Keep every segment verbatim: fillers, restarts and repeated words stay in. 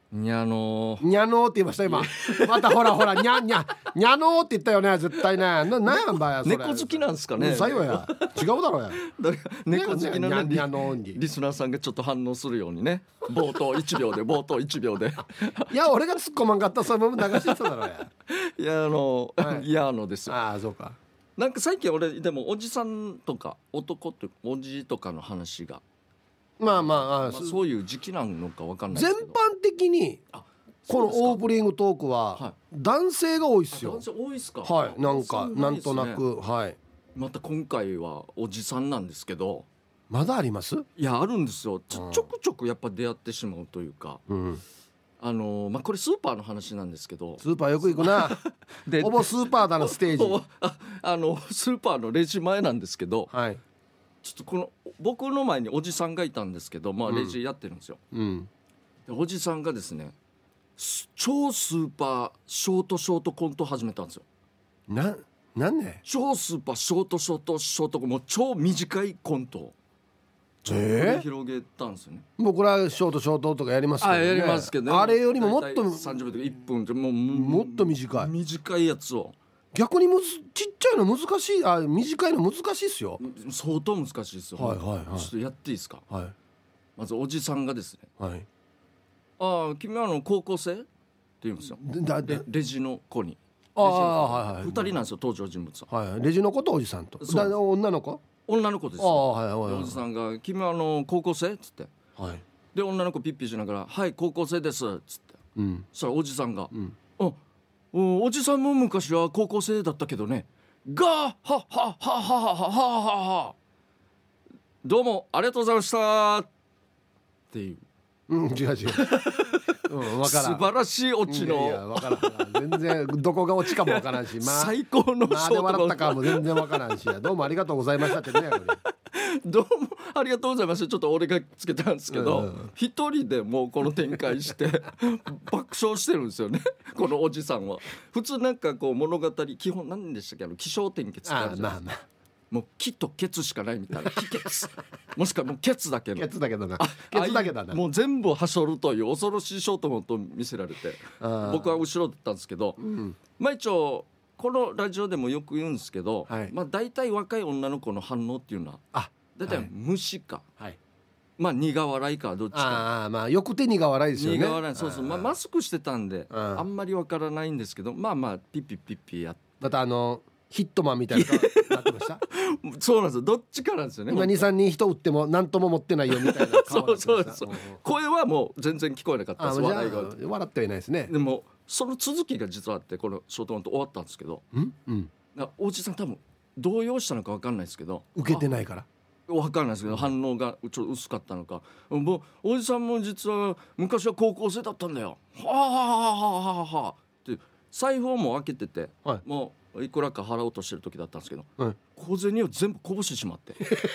にゃのにゃのーって言いました今またほらほらにゃにゃにゃのーって言ったよね絶対ねな、なんやんばやそれ。 猫好きなんですかね。 うるさいわや違うだろうや誰か猫好きな、ね、 にゃのーにリスナーさんがちょっと反応するようにね、冒頭いちびょうで冒頭いちびょうでいや俺が突っ込まんかったらそのまま流してただろうやいやあの、はい、いやあのですよ。 ああそうか。 なんか最近俺でもおじさんとか男っておじとかの話がまあまあ、 まあ、そういう時期なのか分かんないですけど全般的にこのオープニングトークは、 はい、 男性が多いっすよ。 男性多いっすか。 はいなんか、 ね、 なんとなくはいまた今回はおじさんなんですけど。 まだあります？ いやあるんですよ。ちょ、ちょくちょくやっぱ出会ってしまうというか、うん、あのー、まあこれスーパーの話なんですけど。 スーパーよく行くなでほぼスーパーだなステージあ, あのスーパーのレジ前なんですけど、はい、ちょっとこの僕の前におじさんがいたんですけど、まあレジやってるんですよ、うん、でおじさんがですね超スーパーショートショートコント始めたんですよ。 な、なんね超スーパーショートショートショートもう超短いコントをちょっと広げたんですよね。 僕らショートショートとかやりますけどね。 あやりますけどね。 あれよりももっとさんじゅっぷんとかいっぷんってもうもっと短い短いやつを逆にむずちっちゃいの難しい。あ短いの難しいっすよ。 相当難しいですよ。 はいはいはい。 ちょっとやっていいですか。 はい。 まずおじさんがですね、 はい、 ああ君はあの高校生って言うんですよ。 だだレ, レジの子に。 ああはいはい。 ふたりなんですよ登場人物は。はい。レジの子とおじさんと。だ女の子？ 女の子ですよ。 あ、はいはいはい、 おじさんが君はあの高校生っつって、はい、で女の子ピッピしながらはい高校生ですっつって、うん、そしたらおじさんが、うん、あお, おじさんも昔は高校生だったけどねがははははははははどうもありがとうございましたっていう、 うん、違う違う、うん、分からん。 素晴らしいオチの、 いやいや分からん全然どこがオチかも分からんし、まあ、 最高のショートまあで笑ったかも全然分からんしどうもありがとうございましたってねどうもありがとうございましたちょっと俺がつけたんですけど一、うん、人でもうこの展開して爆笑してるんですよねこのおじさんは。普通なんかこう物語基本何でしたっけあの起承転結ってあるじゃないですか。ああまあまあもう気とケツしかないみたいな気ケツもしくはもうケツだけのケツだけどなケツだけだなもう全部はしょるという恐ろしいショートモントを見せられて僕は後ろだったんですけど、うん、まあ一応このラジオでもよく言うんですけど、はい、まあ大体若い女の子の反応っていうのはあ大体無視か、はい、まあ苦笑いかどっちか。 あまあよくて苦笑いですよね。 苦笑いそうそう、まあ、マスクしてたんであんまりわからないんですけどまあまあピッピッピッピやってまたあのヒットマンみたいななってましたそうなんですよどっちかなんですよね。 今 にさんにん人撃っても何とも持ってないよみたいなそうそうそう声はもう全然聞こえなかったです。笑いが笑ってはいないですね。 でもその続きが実はあってこのショートモント終わったんですけどん、うん、おじさん多分動揺したのか分かんないですけど受けてないから分かんないですけど反応がちょっと薄かったのかもうおじさんも実は昔は高校生だったんだよはあはあはあはあはあって財布をもう開けてて、はい、もういくらか払おうとしてる時だったんですけど、はい、小銭を全部こぼしてしまって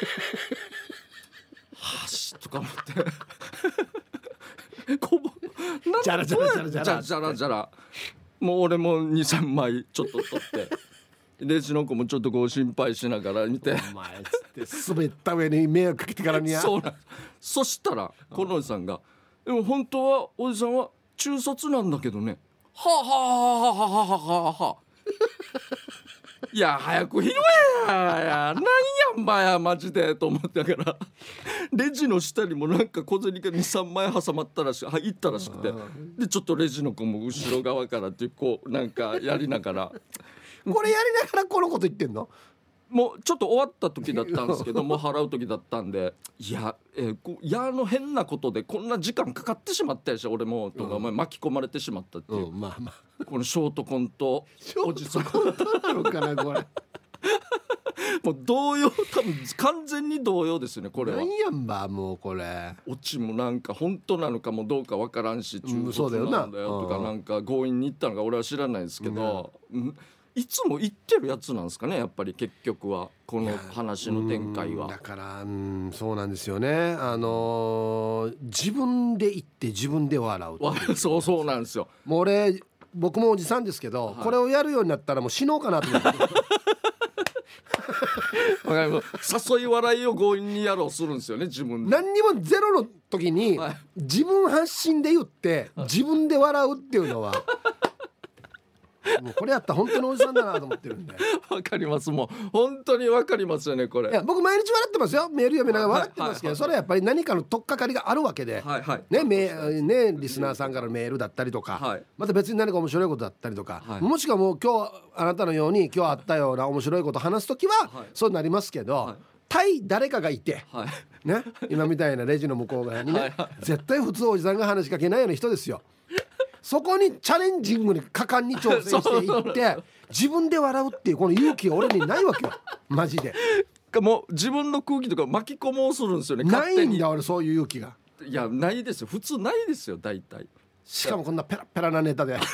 はしとか思ってこぼじゃらじゃらじゃらじゃらじゃらじゃらもう俺も にさんまいちょっと取ってレジの子もちょっとこう心配しながら見てお前つって滑った上に迷惑かけてからにやそうなんそしたらこのおじさんがでも本当はおじさんは中卒なんだけどねはあはあはあはあはあはあいや早く拾えやなんやんばやマジでと思ってだからレジの下にもなんか小銭が にさんまい挟まったらし入ったらしくてでちょっとレジの子も後ろ側からってこうなんかやりながらこれやりながらこのこと言ってんのもうちょっと終わった時だったんですけどもう払う時だったんでいや、えー、こうやの変なことでこんな時間かかってしまったやし俺もとか、うん、巻き込まれてしまったっていう、うんまあまあ、このショートコントおじさんコントなのかなこれもう動揺多分完全に動揺ですよねこれは。 なんやんばもうこれオチもなんか本当なのかもどうかわからんし中卒なんだよとかなんか強引に言ったのか俺は知らないですけど、うん、いつも言ってるやつなんですかねやっぱり結局はこの話の展開は。 だからうんそうなんですよねあのー、自分で言って自分で笑うそうそうなんですよ。 もう俺僕もおじさんですけど、はい、これをやるようになったらもう死のうかなと思ってわかります誘い笑いを強引にやろうするんですよね、自分で。 何にもゼロの時に、 はい、 自分発信で言って自分で笑うっていうのはもうこれやったら本当におじさんだなと思ってるんで。 わかります。もう本当にわかりますよねこれ。 いや僕毎日笑ってますよ、メール読みながら笑ってますけど、 はいはいはいはい、 それはやっぱり何かの取っかかりがあるわけで、 はいはい、 ね、メねリスナーさんからのメールだったりとか、はい、また別に何か面白いことだったりとか、はい、もしくはもう今日あなたのように今日あったような面白いこと話すときは、はい、そうなりますけど、はい、対誰かがいて、はい、ね、今みたいなレジの向こう側にね、はいはい、絶対普通おじさんが話しかけないような人ですよ。そこにチャレンジングに果敢に挑戦していって自分で笑うっていうこの勇気が俺にないわけよマジで。 もう自分の空気とか巻き込もうするんですよね。 ないんだ俺そういう勇気が。 いやないですよ、普通ないですよ大体。 しかもこんなペラペラなネタで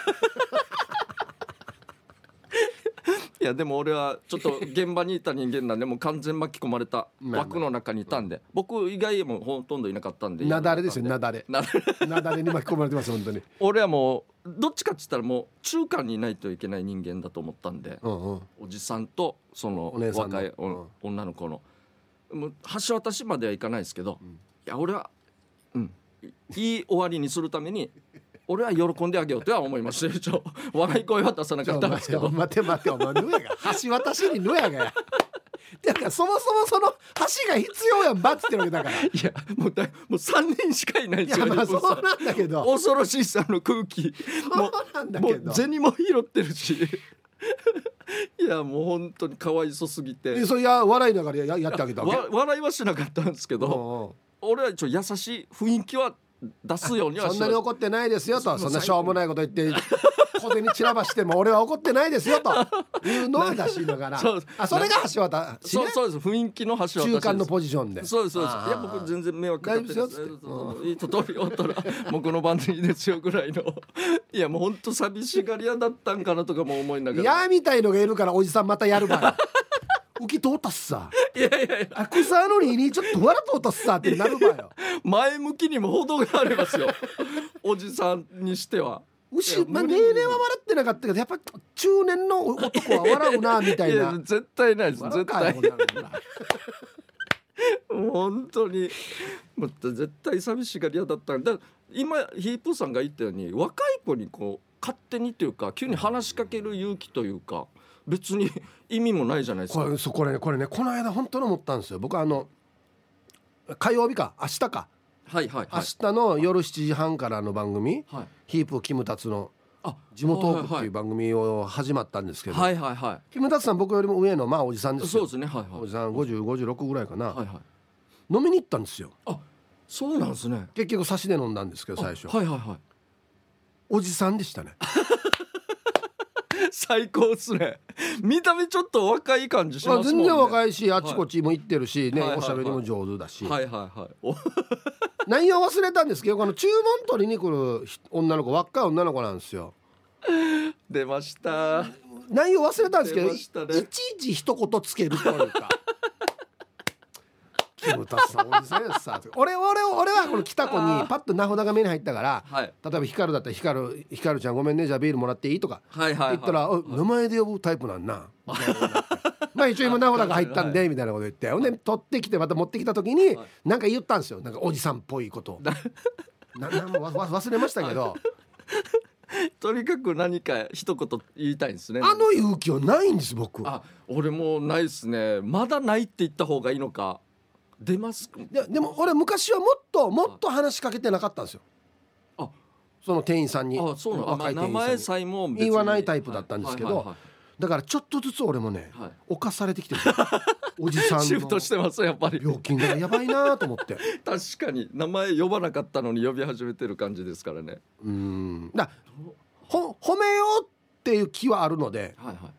いやでも俺はちょっと現場にいた人間なんでもう完全巻き込まれた枠の中にいたんで、僕以外もほとんどいなかったんで。 なだれですよ、なだれなだれに巻き込まれてます本当に。 俺はもうどっちかって言ったらもう中間にいないといけない人間だと思ったんで、うんうん、おじさんとその若い、うん、女の子のもう橋渡しまではいかないですけど、うん、いや俺は、うん、いい終わりにするために俺は喜んであげようとは思いましたよ。笑い声は出さなかったんですけど。 待て待てお前ぬやが橋渡しにぬやがやだからそもそもその橋が必要やんばっつってるわけだから。いやもうだもうさんにんしかいないんですよ。 いやまあそうなんだけど恐ろしさの空気もそうなんだけどもう銭も拾ってるしいやもう本当にかわいそすぎて。 そいや笑いながら や, やってあげたわけ。笑いはしなかったんですけど、おうおう俺は一応優しい雰囲気は出すようにはしそんなに怒ってないですよと、そんなしょうもないこと言って小銭散らばしても俺は怒ってないですよというのは出しながらそうあそれが橋渡し、ね、 そうそうです、雰囲気の橋渡し中間のポジションで。 そうですそうです。いや僕全然迷惑かかってないですよ。いいと通りおったらもうこの番組ですよぐらいのいやもうほんと寂しがり屋だったんかなとかも思いながら、 いやみたいのがいるからおじさんまたやるから浮き通ったっさ。 いやいやいやあ草のににちょっと笑通ったっさってなるばよ。 前向きにも程がありますよおじさんにしては。 うし、まあ、年齢は笑ってなかったけどやっぱ中年の男は笑うなみたいな。 いや絶対ないです絶対もう本当にもう絶対寂しがり屋だったんだ。今ヒープーさんが言ったように若い子にこう勝手にというか急に話しかける勇気というか別に意味もないじゃないですか。 これそうこれねこれねこの間本当に思ったんですよ。僕あの火曜日か明日か、 はいはいはい、 明日の夜しちじはんからの番組、はい、ヒープキムタツの地元トークっていう番組を始まったんですけど、 はいはいはい、 キムタツさん僕よりも上のまあおじさんですよ。 そうですね、はいはい、 おじさんごじゅう、ごじゅうろくぐらいかな、 はいはい、 飲みに行ったんですよ。 あ、そうなんですね。 結局差しで飲んだんですけど最初、 はいはいはい、 おじさんでしたね最高ですね。見た目ちょっと若い感じしますもんね。 全然若いしあっちこっちも行ってるし、ね、はい、おしゃべりも上手だし、 はいはいはい、 内容忘れたんですけどこの注文取りに来る女の子若い女の子なんですよ。 出ました。 内容忘れたんですけど、 ね、いちいち一言つけるというかキムタツさんおじさんやさ俺俺俺はこの来た子にパッと名札が目に入ったから、はい、例えばヒカルだったらヒカルヒカルちゃんごめんねじゃあビールもらっていいとか、はいはいはい、言ったら、はい、名前で呼ぶタイプなんなみたいなまあ一応今名札が入ったんでみたいなこと言ってほんで取ってきてまた持ってきた時に何か言ったんですよ。なんかおじさんっぽいことななも忘れましたけどとにかく何か一言言いたいんですね。 あの勇気はないんです僕。 あ、俺もないですね。まだないって言った方がいいのか。出ますか。 いやでも俺昔はもっともっと話しかけてなかったんですよ。あ、その店員さんに。 あ、そうなの。若い店員さんに名前さえも言わないタイプだったんですけど、はいはいはいはい、だからちょっとずつ俺もね、はい、侵されてきてるおじさんのシフトしてますやっぱり。 料金がやばいなと思って確かに名前呼ばなかったのに呼び始めてる感じですからね。 うーんだほ褒めようっていう気はあるので、はいはい、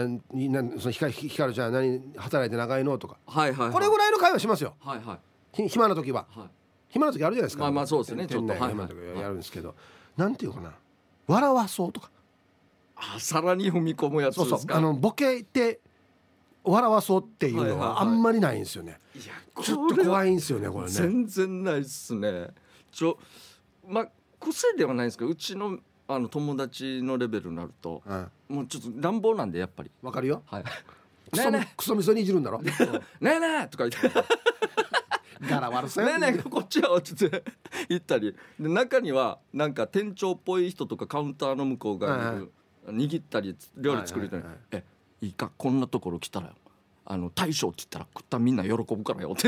ななそのひかひかるちゃん何働いて長いのとか、はいはいはい、これぐらいの会話しますよ、はいはい、暇な時は、はい、暇な時あるじゃないですか。 まあまあそうですね、 店内暇な時やるんですけど、はいはい、なんていうかな笑わそうとか、 あ、さらに踏み込むやつですか。 そうそう、あのボケて笑わそうっていうのはあんまりないんですよね、はいはいはい、ちょっと怖いんですよねこれね。 全然ないっすね。ちょまあ癖ではないんですけどうちのあの友達のレベルになると、うん、もうちょっと乱暴なんでやっぱりわかるよ、 はい、 クソ,、 ねクソみそにいじるんだろねえねえとか言って柄悪さやねえねえこっちよって言ったりで、中にはなんか店長っぽい人とかカウンターの向こう側にいる、はいはい、握ったり料理作りたり、はいはいはい、えいいかこんなところ来たらよあの大将って言ったら食ったらみんな喜ぶからよって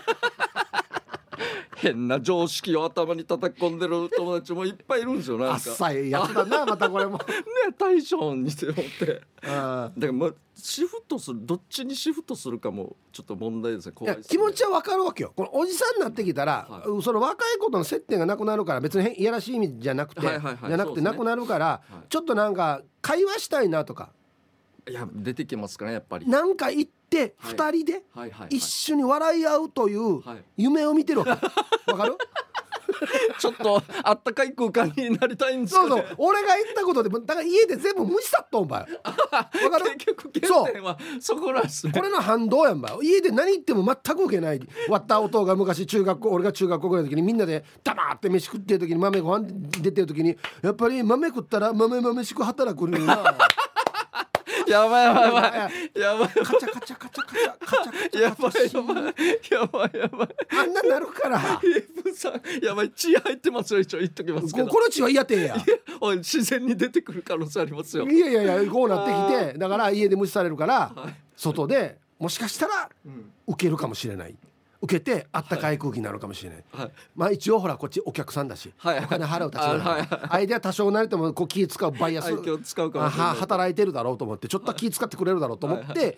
変な常識を頭に叩き込んでる友達もいっぱいいるんですよ。なんかあっさいやつだなまたこれもね大将にして思ってあだからまあシフトするどっちにシフトするかもちょっと問題ですね。怖いですね。 いや気持ちは分かるわけよ。このおじさんになってきたら、はい、その若い子との接点がなくなるから別にいやらしい意味じゃなくて、はいはいはい、じゃなくてなくなるから、はい、ちょっとなんか会話したいなとかいや出てきますかねやっぱりなんか行ってふたりで一緒に笑い合うという夢を見てるわけわかるちょっとあったかい空間になりたいんですかね。 そうそう俺が言ったことでだから家で全部無視さっとんばよわかる結局原点はそこなんですね。 これの反動やんばよ。家で何言っても全く受けない割った音が昔中学校俺が中学校ぐらいの時にみんなで黙って飯食ってる時に豆ご飯出てる時にやっぱり豆食ったら豆豆しく働くのなやばいやばいやばいやばいカチャカチャカチャカチャカチャカチャやばいやばいやばいやばいあんななるからヘブさんやばい血入ってますよ。一応言っときますけどこの血は嫌てやおい自然に出てくる可能性ありますよ。 いやいやいやこうなってきてだから家で無視されるから、はい、外でもしかしたら、うん、受けるかもしれない受けてあったかい空気になるかもしれない、はい、まあ一応ほらこっちお客さんだし、はい、お金払う立場だ、はい、相手は多少なりともこう気使うバイアス使うかもしれない働いてるだろうと思ってちょっと気使ってくれるだろうと思って、はい、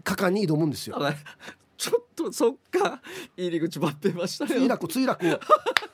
果敢に挑むんですよ、 はい、ちょっとそっか入り口待ってましたね。 墜落墜落悲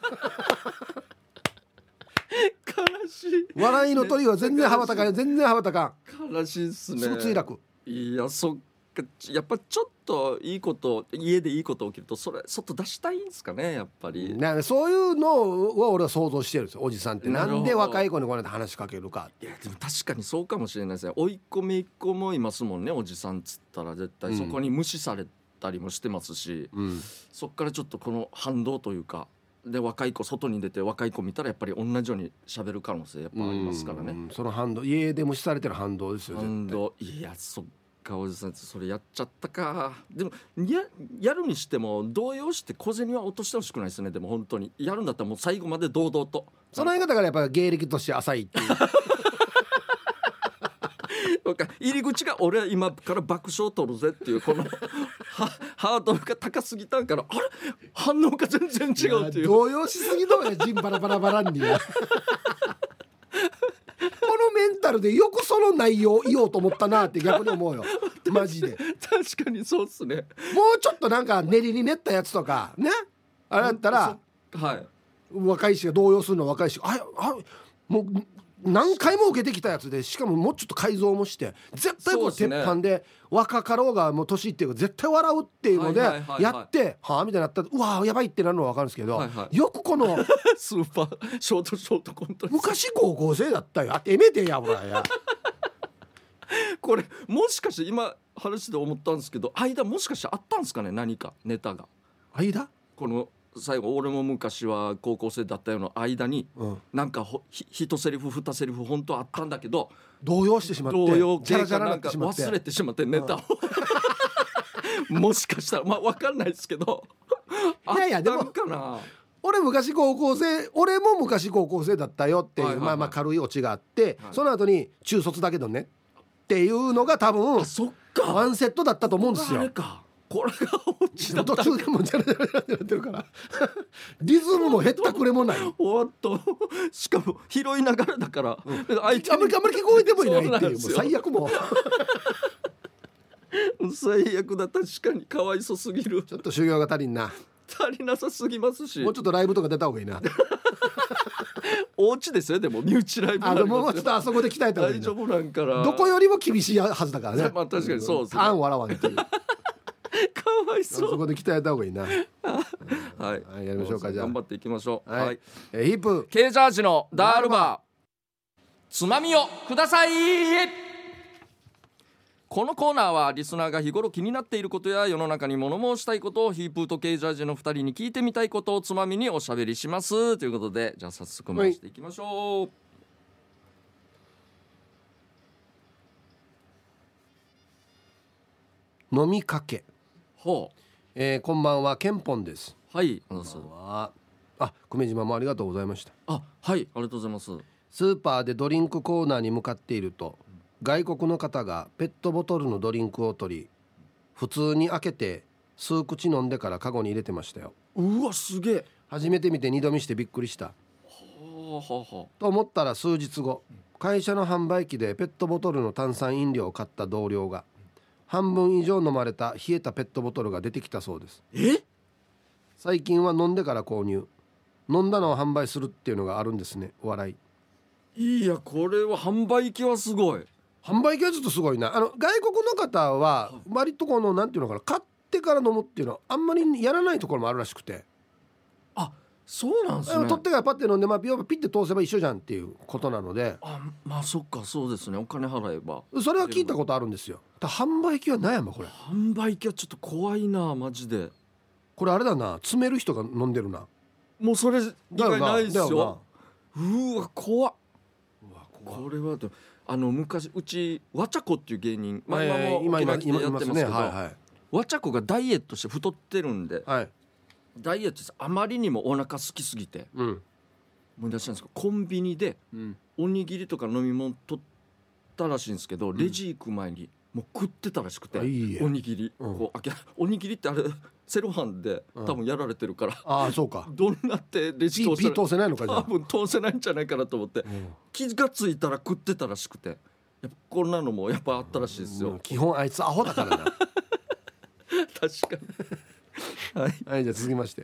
しい笑いの鳥は全然羽ばたかん全然羽ばたかん悲しいっすね。 すぐ墜落。 いやそっかやっぱちょっといいこと家でいいこと起きるとそれ外出したいんですかねやっぱり。 なそういうのを俺は想像してるんですよ。おじさんってなんで若い子にこうやって話しかけるか。 いやでも確かにそうかもしれないですね。甥っ子姪っ子もいますもんね。おじさんっつったら絶対そこに無視されたりもしてますし、うん、そっからちょっとこの反動というかで若い子外に出て若い子見たらやっぱり同じように喋る可能性やっぱありますからね。 うんその反動家で無視されてる反動ですよ。 反動いやそっかおじさんそれやっちゃったか。でも や, やるにしても動揺して小銭は落としてほしくないですね。でも本当にやるんだったらもう最後まで堂々とその言い方からやっぱり芸歴として浅いっていう入り口が俺は今から爆笑取るぜっていうこのハードルが高すぎたんからあれ反応が全然違うっていう動揺しすぎのやジンバラバラバラにこのメンタルでよくその内容言おうと思ったなって逆に思うよマジで確かにそうっすね。 もうちょっとなんか練りに練ったやつとかねあれだったら、はい、若いしが動揺するの若いしああもう何回も受けてきたやつでしかももうちょっと改造もして絶対これ鉄板で若かろうがもう年いっていうか絶対笑うっていうのでやってはあみたいになったらうわやばいってなるのは分かるんですけど、はいはい、よくこのスーパーショートショートコント昔高校生だったよあてめてやほらやこれもしかして今話で思ったんですけど間もしかしてあったんですかね何かネタが間この最後俺も昔は高校生だったような間に、うん、なんか一セリフ二セリフ本当あったんだけど動揺してしまって動揺系かなんか忘れてしまってネタを、うん、もしかしたらまあ分かんないですけどいやいやでもあったんかな。 俺昔高校生俺も昔高校生だったよっていう、はいはいはい、まあまあ軽いオチがあって、はい、その後に中卒だけどねっていうのが多分あそっかワンセットだったと思うんですよ。 あれかこれが落ちだった途中でもジャラジャラジャラってなってるからリズムもへったくれもないおっとしかも拾いながらだから、 うん、あんまりあんまり聞こえてもいないっていうもう最悪も最悪だ確かにかわいそすぎる。 ちょっと修行が足りんな足りなさすぎますしもうちょっとライブとか出た方がいいなお家ですよでも身内ライブあでももうちょっとあそこで鍛えた方がいいな。 大丈夫なんからどこよりも厳しいはずだからね。 まあ確かにそうですね。 あん笑わんっていうかわいそう。 そこで鍛えた方がいいなはい、 はい、 やりましょうか。じゃあ頑張っていきましょう。 はい、はい、えー、ヒップケージャージのダールバーつまみをください。このコーナーはリスナーが日頃気になっていることや世の中に物申したいことをヒープーとケージャージのふたりに聞いてみたいことをつまみにおしゃべりしますということで、じゃあ早速回していきましょう、はい。 飲みかけ。 ほう、 えー、こんばんは、ケンポンです。 はい、ああ、久米島もありがとうございました。 あ、はい、ありがとうございます。 スーパーでドリンクコーナーに向かっていると、外国の方がペットボトルのドリンクを取り、普通に開けて数口飲んでからカゴに入れてましたよ。 うわ、すげえ。 初めて見て二度見してびっくりした。 はあはあはあ、 と思ったら数日後、会社の販売機でペットボトルの炭酸飲料を買った同僚が半分以上飲まれた冷えたペットボトルが出てきたそうです。 え、 最近は飲んでから購入、飲んだのを販売するっていうのがあるんですね。お笑い。いや、これは販売機はすごい。 販売機はちょっとすごいな。あの外国の方は割とこのなんていうのかな、買ってから飲むっていうのはあんまりやらないところもあるらしくて、 あ、そうなんですね。 取ってからパッて飲んで、まあ、ピッて通せば一緒じゃんっていうことなので、 あ、まあそっか、そうですね。お金払えば。 それは聞いたことあるんですよ。ただ販売機はないやんばこれ。 販売機はちょっと怖いな、マジで。 これあれだな、詰める人が飲んでるな。 もうそれ以外ないですよ。うわ、怖っ。 うわ、怖っ。 これはあの昔うちわちゃこっていう芸人、まあ、 今も今も沖縄来てやってますけど、 ね、はいはい、 わちゃこがダイエットして太ってるんで、 はい、 ダイエットしてあまりにもお腹空きすぎて、 うん、 思い出したんですけど、コンビニでおにぎりとか飲み物取ったらしいんですけど、レジ行く前にもう食ってたらしくて、 うん、 おにぎり、うん、こう開けおにぎりってあれセロハンで多分やられてるから、うん、 ああそうか、 どんなってレジ通せない、通せないのか、じゃあ多分通せないんじゃないかなと思って、うん、気がついたら食ってたらしくて、やっぱこんなのもやっぱあったらしいですよ、うん、 基本あいつアホだからな確かにはい、 はい、じゃあ続きまして、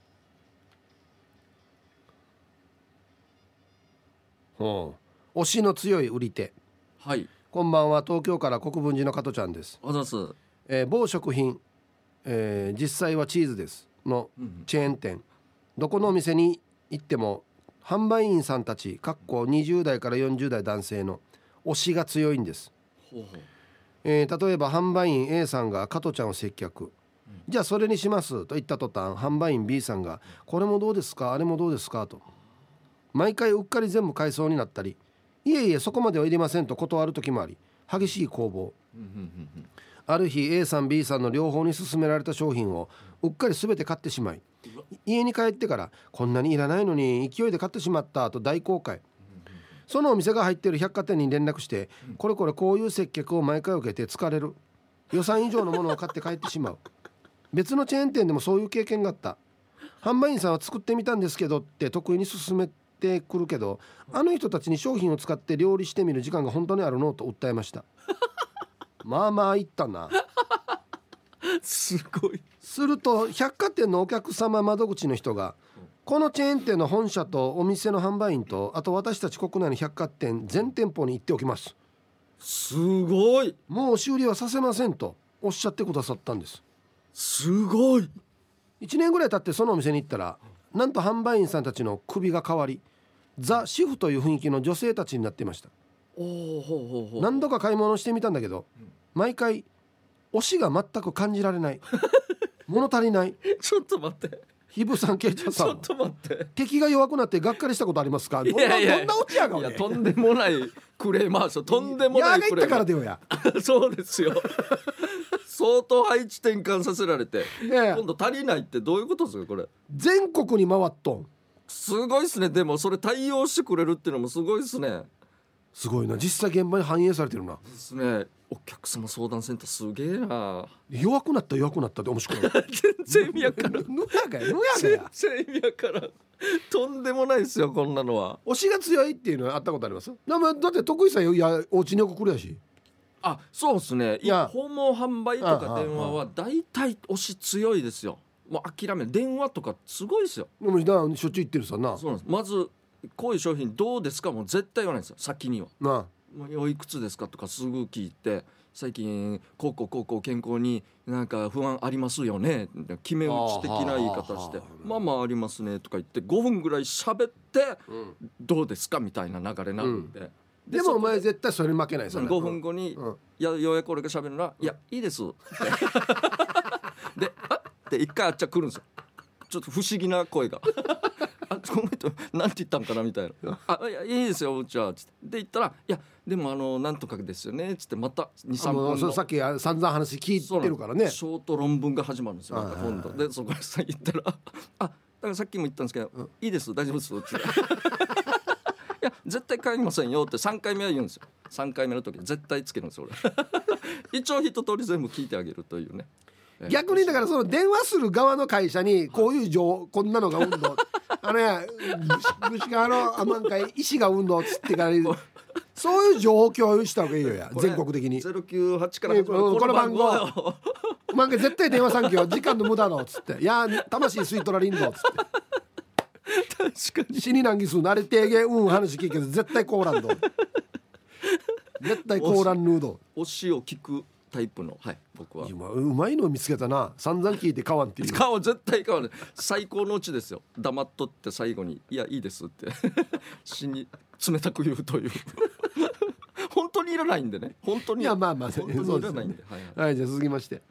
うん、推しの強い売り手。 はい、 こんばんは、東京から国分寺の加トちゃんです。 あざす、 えー、某食品、えー、実際はチーズですのチェーン店、うん、どこのお店に行っても販売員さんたちかっこにじゅう代からよんじゅう代男性の推しが強いんです。 ほうほう、 えー、例えば販売員 A さんが加トちゃんを接客、うん、じゃあそれにしますと言った途端、販売員 B さんがこれもどうですか、あれもどうですかと毎回うっかり全部買いそうになったり、いえいえそこまではいりませんと断る時もあり、激しい攻防。ある日 A さん B さんの両方に勧められた商品をうっかり全て買ってしまい、家に帰ってからこんなにいらないのに勢いで買ってしまったと大後悔。そのお店が入っている百貨店に連絡して、これこれこういう接客を毎回受けて疲れる、予算以上のものを買って帰ってしまう。別のチェーン店でもそういう経験があった。販売員さんは作ってみたんですけどって得意に勧めてくるけど、あの人たちに商品を使って料理してみる時間が本当にあるのと訴えましたまあまあ言ったなすごい。 すると百貨店のお客様窓口の人が、このチェーン店の本社とお店の販売員と、あと私たち国内の百貨店全店舗に行っておきます、 すごい、 もう修理はさせませんとおっしゃってくださったんです。 すごい。 いちねんぐらい経ってそのお店に行ったら、なんと販売員さんたちの首が変わり、ザ・主婦という雰囲気の女性たちになっていました。 おー、ほうほうほう。 何度か買い物してみたんだけど、毎回推しが全く感じられない物足りない。 ちょっと待って、 ひぶさん、けいちゃんさん、 ちょっと待って、 敵が弱くなってがっかりしたことありますか。 いやいや、 どんなオチやがいや、とんでもないクレーマーですよ。とんでもないクレーマー。やが言ったからでよやそうですよ相当配置転換させられて、今度足りないってどういうことですかこれ。 全国に回っとん。 すごいですね。でもそれ対応してくれるっていうのもすごいですね。 すごいな、実際現場に反映されてるな。 ですね。お客様相談センターすげえな。 弱くなった弱くなったって面白い全然意味やからんぬやがやぬやがや全然意味やからん。とんでもないですよこんなのは。 推しが強いっていうのはあったことあります？だって得意さんいやお家によく来るやし。 あ、そうですね。いや訪問販売とか電話はだいたい推し強いですよ。もう諦め電話とかすごいですよ。 でもだしょっちゅう言ってるさな。 そうなんです。まずこういう商品どうですかもう絶対言わないんですよ先には。 なあ、 もうおいくつですかとかすぐ聞いて、最近こうこうこうこう健康になんか不安ありますよね、決め打ち的な言い方して、まあまあありますねとか言ってごふんぐらい喋って、うん、どうですかみたいな流れなんで、うん、 で, でもお前絶対それに負けないさ。 ごふんごに、うん、いやようやく俺が喋るなら、いやいいですで、あって一回あっちゃ来るんですよ。ちょっと不思議な声があこの人なんて言ったんかなみたいなあいやいいですようちはつってで言ったらいやでもあのなんとかですよねつってまた にさんぷんのさっき散々話聞いてるからねショート論文が始まるんですよまた今度でそこでさ言ったらあだからさっきも言ったんですけど、うん、いいです大丈夫ですっていや絶対帰りませんよってさんかいめは言うんですよさんかいめの時絶対つけるんですよ俺一応一通り全部聞いてあげるというね逆にだからその電話する側の会社にこういう情こんなのが運動あのね牛側のあまんかい医師が運動っつってからそういう情報共有した方がいいよや全国的にゼロきゅうはちから始まるこの番号お前絶対電話産業時間の無駄のっつっていや魂吸い取られんぞっつって確かに死に難儀するなれてげうん話聞くけど絶対コーランド絶対コーランヌード推しを聞くタイプのはい僕は今うまいのを見つけたな散々聞いて買わんっていう買わん絶対買わん最高のうちですよ黙っとって最後にいやいいですって死に冷たく言うという本当にいらないんでね本当にいやまあまあ本当にいらないんではい、はいはい、じゃあ続きまして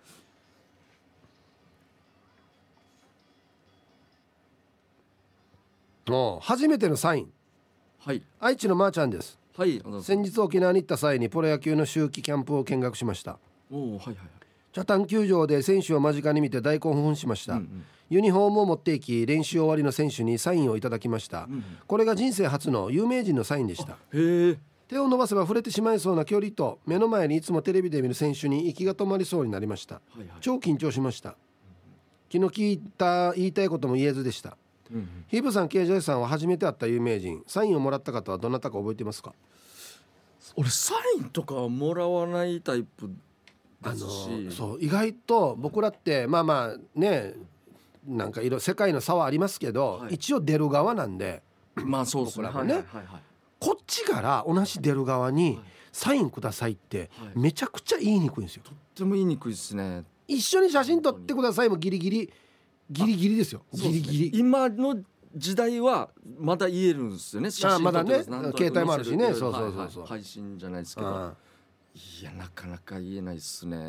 お初めてのサインはい愛知のまーちゃんですはい先日沖縄に行った際にプロ野球の秋季キャンプを見学しましたおはいはい北谷球場で選手を間近に見て大興奮しました、うんうん、ユニフォームを持っていき練習終わりの選手にサインをいただきました、うんうん、これが人生初の有名人のサインでしたへ手を伸ばせば触れてしまいそうな距離と目の前にいつもテレビで見る選手に息が止まりそうになりました、はいはい、超緊張しました昨日聞いた言いたいことも言えずでした、うんうん、ヒープさん ケージェー さんは初めて会った有名人サインをもらった方はどなたか覚えていますか？ 俺サインとかもらわないタイプですし、 あのそう意外と僕らってまあまあねなんかいろ世界の差はありますけど、はい、一応出る側なんでまあそうですね僕らもね、はいはいはいはい、こっちから同じ出る側にサインくださいってめちゃくちゃ言いにくいんですよ、 はい、とっても言いにくいですね。 一緒に写真撮ってくださいもギリギリギリギリですよ。ギリギリ、 ね、今の時代はまだ言えるんですよね。写真まだね携帯もあるしね。そうそうそうそう、 はいはい、配信じゃないですけど、いやなかなか言えないですね、うん、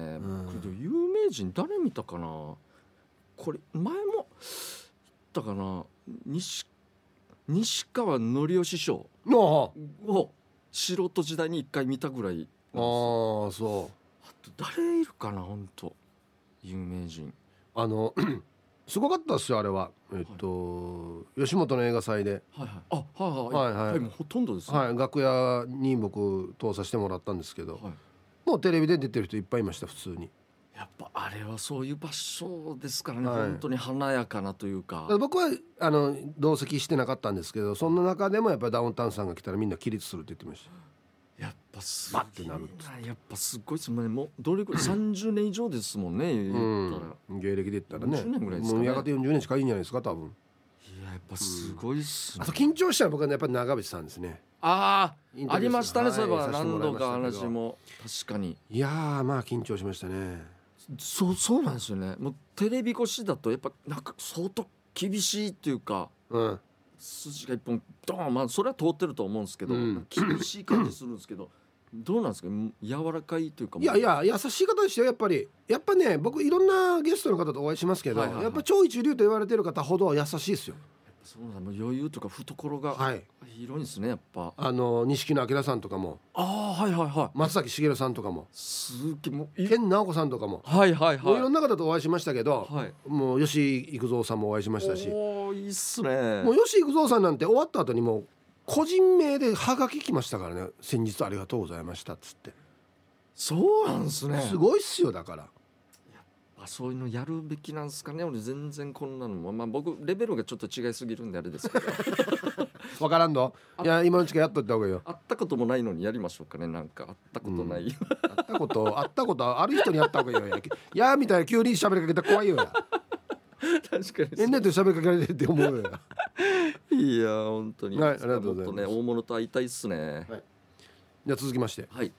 有名人誰見たかな。これ前も言ったかな。西西川のりお師匠を素人時代に一回見たぐらいなんですよ。 ああそう。 あと誰いるかな本当有名人。 あのすごかったっすよあれは。えっと、はい、吉本の映画祭で、 はいはい、あはいはいはいはい、はい、もうほとんどですね、 はい、楽屋に僕通させてもらったんですけど、はい、もうテレビで出てる人いっぱいいました普通に。 やっぱあれはそういう場所ですからね、はい、本当に華やかなというか。 僕はあの同席してなかったんですけどそんな中でもやっぱりダウンタウンさんが来たらみんな起立するって言ってました。 やっぱすごいやっぱすごいですもんね。もうどれくらいさんじゅうねん以上ですもんね、言ったら、 うん、芸歴で言ったらねよんじゅうねんぐらいですかね。 もうやがてよんじゅうねんしかいいんじゃないですか多分。 いややっぱすごいっすね、 うん、あと緊張したら僕は、ね、やっぱり長渕さんですね。 ああありましたね、はい、そういえば何度か話も確かに。いやーまあ緊張しましたね。 そうそうなんですよね。もうテレビ越しだとやっぱなんか相当厳しいっていうか、うん、筋が一本ドーン、まあそれは通ってると思うんですけど、うん、厳しい感じするんですけどどうなんですか柔らかいというか。 いやいや優しい方でしたよやっぱり。やっぱね僕いろんなゲストの方とお会いしますけど、はいはいはい、やっぱ超一流と言われてる方ほど優しいですよ。 そうなの。余裕とか懐が広いんですね、はい、やっぱ。 あの錦野旦さんとかも、 ああはいはいはい、 松崎しげるさんとかもすげえもう健直子さんとかも、 はいはいはい、 もういろんな方とお会いしましたけど、 はい、 もう吉幾三さんもお会いしましたし。 おーいいっすね。 もう吉幾三さんなんて終わった後にもう個人名でハガキ来ましたからね。先日ありがとうございましたっつって。 そうなんですね。 すごいっすよだから。 あそういうのやるべきなんですかね。俺全然こんなのも、まあ、僕レベルがちょっと違いすぎるんであれですけど分からんの。いや今のうちからやっといた方がいいよ。 会ったこともないのにやりましょうかね。なんか会ったことない、うん、 会ったこと会ったことある人にやった方がいいよ。いやみたいな急に喋りかけたら怖いよや確かにえんねと喋りかけられてって思うよやいや本当に、 はい、ありがとうございます。 もっとね大物と会いたいっすね、はい、 じゃあ続きまして、 はい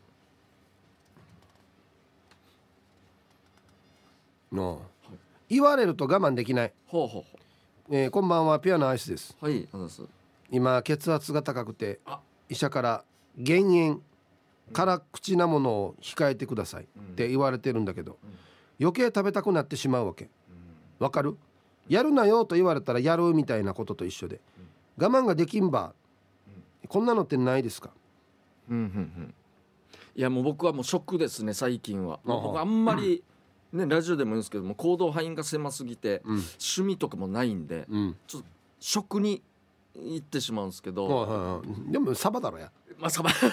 の言われると我慢できない。 ほうほうほう、 えー、こんばんはピュアなアイスです。 はい、あざす。 今血圧が高くて医者から減塩辛口なものを控えてくださいって言われてるんだけど、うん、余計食べたくなってしまうわけ。わかる？やるなよと言われたらやるみたいなことと一緒で、 我慢ができんば、うん、こんなのってないですか？ うんうんうん、いやもう僕はもうショックですね最近は。僕あんまり、ね、ラジオでも言うんですけども行動範囲が狭すぎて、うん、趣味とかもないんで、うん、ちょっと食に行ってしまうんですけど、 はいはいはい、でもサバだろや、 まあ、サバい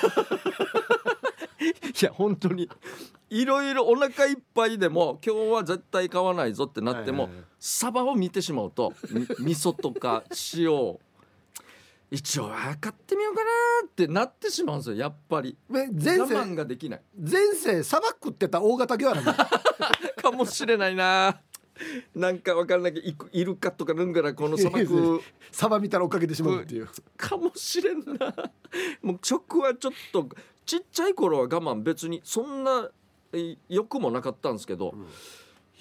や本当にいろいろお腹いっぱいでも今日は絶対買わないぞってなっても、はいはいはい、サバを見てしまうと味噌とか塩を一応買ってみようかなってなってしまうんですよやっぱり。前世我慢ができない。 前世サバ食ってた大型魚やなかもしれないな。なんか分からなきゃイルカとかルンガラこの砂漠サバ見たら追っかけてしまうっていうかもしれんな。もう食はちょっとちっちゃい頃は我慢別にそんな欲もなかったんですけど、うん、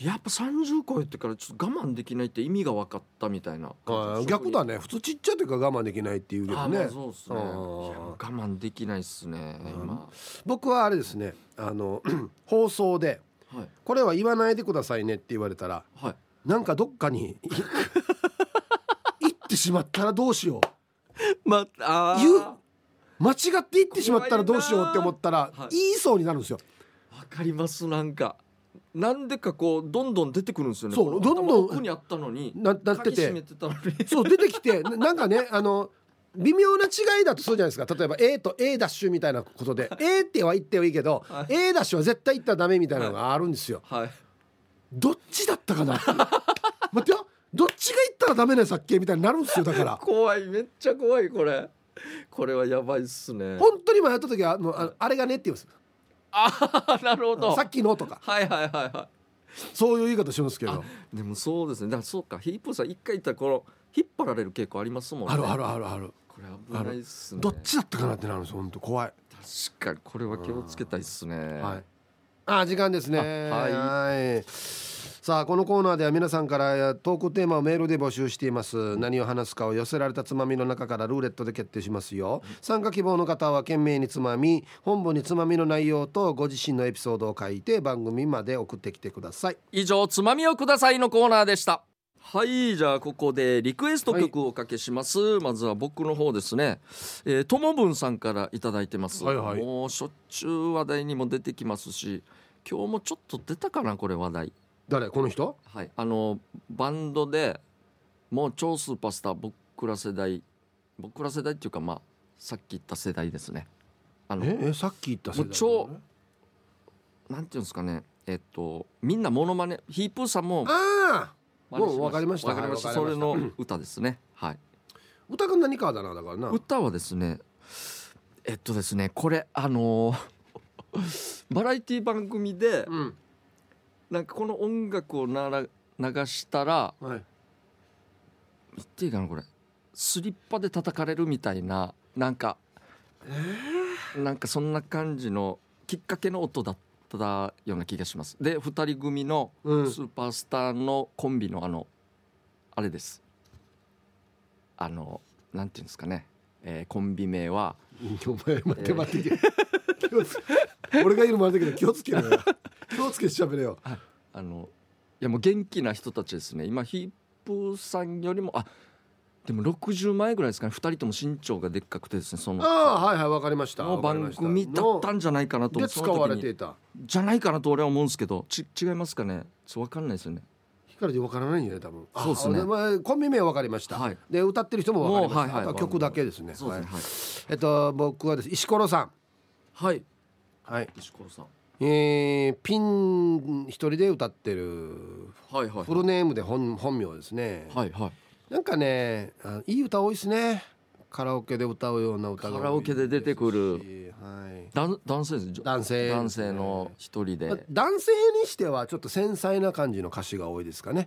やっぱさんじゅう超えてからちょっと我慢できないって意味が分かったみたいな。 あ逆だね。普通ちっちゃい時から我慢できないっていうけどね。 あ、まあそうっすね。いや我慢できないっすね、うん、今僕はあれですね、あの放送で、はい、これは言わないでくださいねって言われたら、はい、なんかどっかに行ってしまったらどうしよう、まあ、言う間違って言ってしまったらどうしようって思ったら、はい、言いそうになるんですよ。 わかります。なんかなんでかこうどんどん出てくるんですよね。 そうどんどん奥にあったのにななってて、 鍵閉めてたのにそう出てきてなんかねあの微妙な違いだとそうじゃないですか。例えば A と A ダッシュみたいなことでA っては言ってはいいけど、はい、A ダッシュは絶対言ったらダメみたいなのがあるんですよ、はいはい、どっちだったかな待ってよ、どっちが言ったらダメなさっけみたいになるんですよ。だから怖い、めっちゃ怖い。これこれはやばいっすね。 本当に迷った時はもう あ, あれがねって言います。 あなるほど、 さっきのとかはいはいはいはい、 そういう言い方しますけど。 でもそうですね。だからそうか、ヒープーさん一回言ったらこの引っ張られる傾向ありますもんね。 あるあるあるある。 これ危ないっすね。 どっちだったかなってなるんです。本当怖い。 確かにこれは気をつけたいっすね、うん、はい。 あ時間ですね。はい、はい。さあこのコーナーでは皆さんからトークテーマをメールで募集しています。何を話すかを寄せられたつまみの中からルーレットで決定しますよ。参加希望の方は懸命につまみ、本文につまみの内容とご自身のエピソードを書いて番組まで送ってきてください。 以上つまみをくださいのコーナーでした。はい、じゃあここでリクエスト曲をおかけします、はい、まずは僕の方ですね、えー、ともぶんさんからいただいてます、はいはい、もうしょっちゅう話題にも出てきますし、今日もちょっと出たかなこれ話題。 誰この人？ はい、あのバンドでもう超スーパースター、僕ら世代僕ら世代っていうか、まあさっき言った世代ですね。あのええさっき言った世代、ね、 もう超なんていうんですかね、えっとみんなモノマネ、ヒープーさんもああもう分かりました。 分かりました、はい、それの歌ですね。はい。 歌が何かだな。だからな、 歌はですねえっとですねこれあのバラエティ番組で、うん、なんかこの音楽をなら流したら、はい、言っていいかなこれ、スリッパで叩かれるみたいな、なんか、えー、なんかそんな感じのきっかけの音だったような気がします。でふたり組のスーパースターのコンビのあのあれです、あのなんていうんですかね、えー、コンビ名はお前待って待って、えー、俺が言うのもあれだけど気をつけろよ気をつけてしゃべれよ。 あのいやもう元気な人たちですね。今ヒープーさんよりもあでもろくじゅうまえぐらいですかね。ふたりとも身長がでっかくてですね、そのああはいはいわかりました。 の番組だったんじゃないかなと。 で使われていたじゃないかなと俺は思うんですけど、ち違いますかね。そう分かんないですよね。 光で分からないんじゃない多分。 そうですね。 まあ、コンビ名は分かりました、はい、で歌ってる人も分かりました、はいはい、あとは曲だけですね。 そうですね、はい。 えっと僕はです石ころさん。 はいはい、 石ころさん、 えー、ピン一人で歌ってる、はいはいはい、フルネームで 本, 本名ですね。 はいはい。 なんかねあいい歌多いですね。カラオケで歌うような歌が多い。 カラオケで出てくる、 はい、 男性です。 男性男性の一人で、 男性にしてはちょっと繊細な感じの歌詞が多いですかね。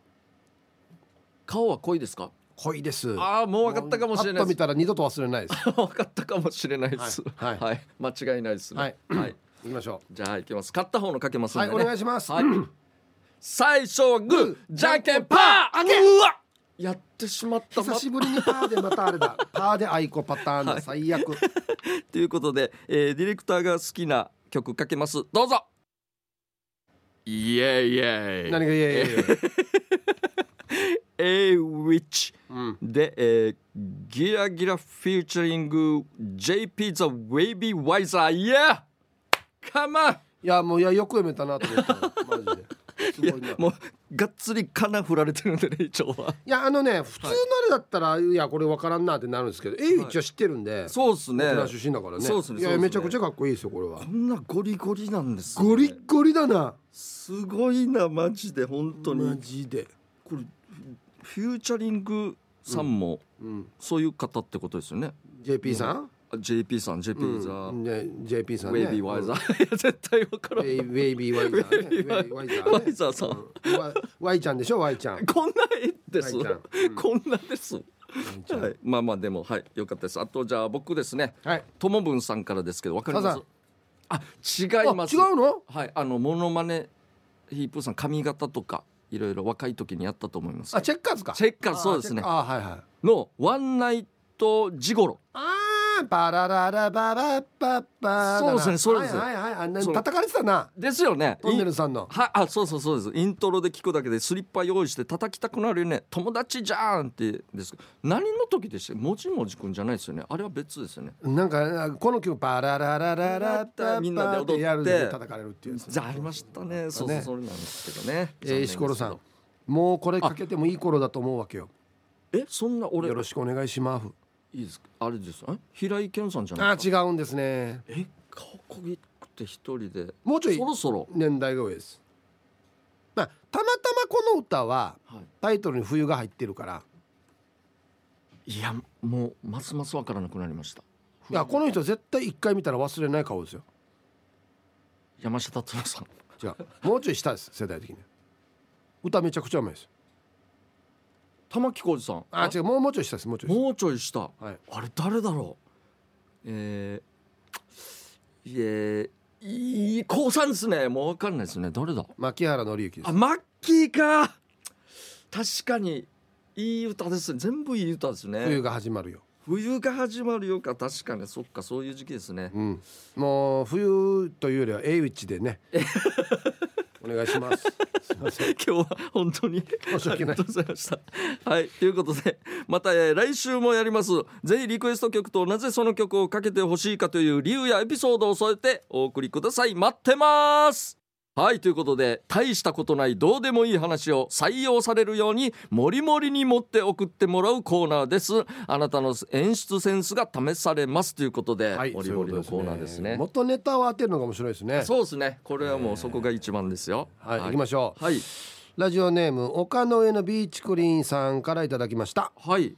顔は濃いですか？ 濃いです。 ああもう分かったかもしれないです。パッと見たら二度と忘れないです分かったかもしれないです、はい、はいはい、間違いないですね。 はい、はい、行きましょう。じゃあ行きます。勝った方のかけますんでね。 はいお願いします、はい、 最初はグーじゃんけんパーあげうわやってしまった。 久しぶりにパーでまたあれだパーでアイコパターンだ、最悪ということで、えー、ディレクターが好きな曲かけます。どうぞ。イエイイエイ。 何がイエイイエイエイウィッチで、えー、 ギラギラフューチャリング ジェイピー The Wavy Wiser いやカマンいやもういやよく読めたなと思ったマジですごいな。 いやもうがっつりかな振られてるんでね一応はいやあのね普通のあれだったら、はい、いやこれ分からんなってなるんですけど エーイチ は知ってるんで、はい、 そうですね沖縄出身だからね。 そうですね。 いやめちゃくちゃかっこいいですよこれは。 こんなゴリゴリなんです、ね、 ゴリゴリだな。 すごいなマジで本当にマジでこれフューチャリングさんも、うんうん、そういう方ってことですよね。 ジェイピー さん、 うん、ジェイピー さん ジェイピー ザ、 うんね、ジェイピー さんねウェイビーワイザー、うん、いや絶対分からん。 ウェイビーワイザーねワイザーねワイザーさん、うん、 ワイちゃんでしょワイちゃん。 こんなです、うん、こんなです、はい、まあまあでもはいよかったです。あとじゃあ僕ですね、はい、ともぶんさんからですけど分かります？あ違います。 違うの？ はいあのモノマネヒープーさん髪型とかいろいろ若い時にやったと思います。 あチェッカーズか。 チェッカーズそうですね。 あはいはいのワンナイトジゴロ。 あバラララババッバッバそうですねそうです。 はいはいはいあんな叩かれてたな。 ですよね。 トンネルさんのはあそうそうそうです。イントロで聞くだけでスリッパ用意して叩きたくなるよね。友達じゃんってです。何の時でした？もじもじくんじゃないですよね。あれは別ですよね。 なんかこの曲バラララララッみんなで踊ってやるで叩かれるっていうやつ。 じゃあありましたね。そうそうそうなんですけどね。 えー、石ころさんもうこれかけてもいい頃だと思うわけよ。 えそんな俺よろしくお願いします。 いいですかあれですえ平井堅さんじゃないですか。あ違うんですね。 えかっこいいくて一人でもうちょいそろそろ年代が上です。まあたまたまこの歌はタイトルに冬が入ってるから、はい、 いやもうますます分からなくなりました。 いやこの人絶対一回見たら忘れない顔ですよ。 山下達郎さん違うもうちょい下です世代的に。歌めちゃくちゃうまいです。 玉置浩二さんあ違うもうもうちょい下ですもうちょい下もうちょい下、 はい、 あれ誰だろうえー、いえいい高さんですねもう分かんないですね誰だ牧原紀之です。 あマッキーか確かにいい歌ですね全部いい歌ですね。 冬が始まるよ冬が始まるよか確かにそっかそういう時期ですね、 うん、もう冬というよりはエイウィッチでねお願いしますすいません今日は本当に申し訳ないありがとうございましたはいということでまた、えー、来週もやります。ぜひリクエスト曲となぜその曲をかけてほしいかという理由やエピソードを添えてお送りください。待ってます。はいということで大したことないどうでもいい話を採用されるようにもりもりに持って送ってもらうコーナーです。あなたの演出センスが試されますということで、はい、もりもりのコーナーですね。 元ネタを当てるのが面白いですね。 そうですねこれはもうそこが一番ですよ、 はい、はい、行きましょう、 はい、 ラジオネーム丘の上のビーチクリーンさんからいただきました。 はい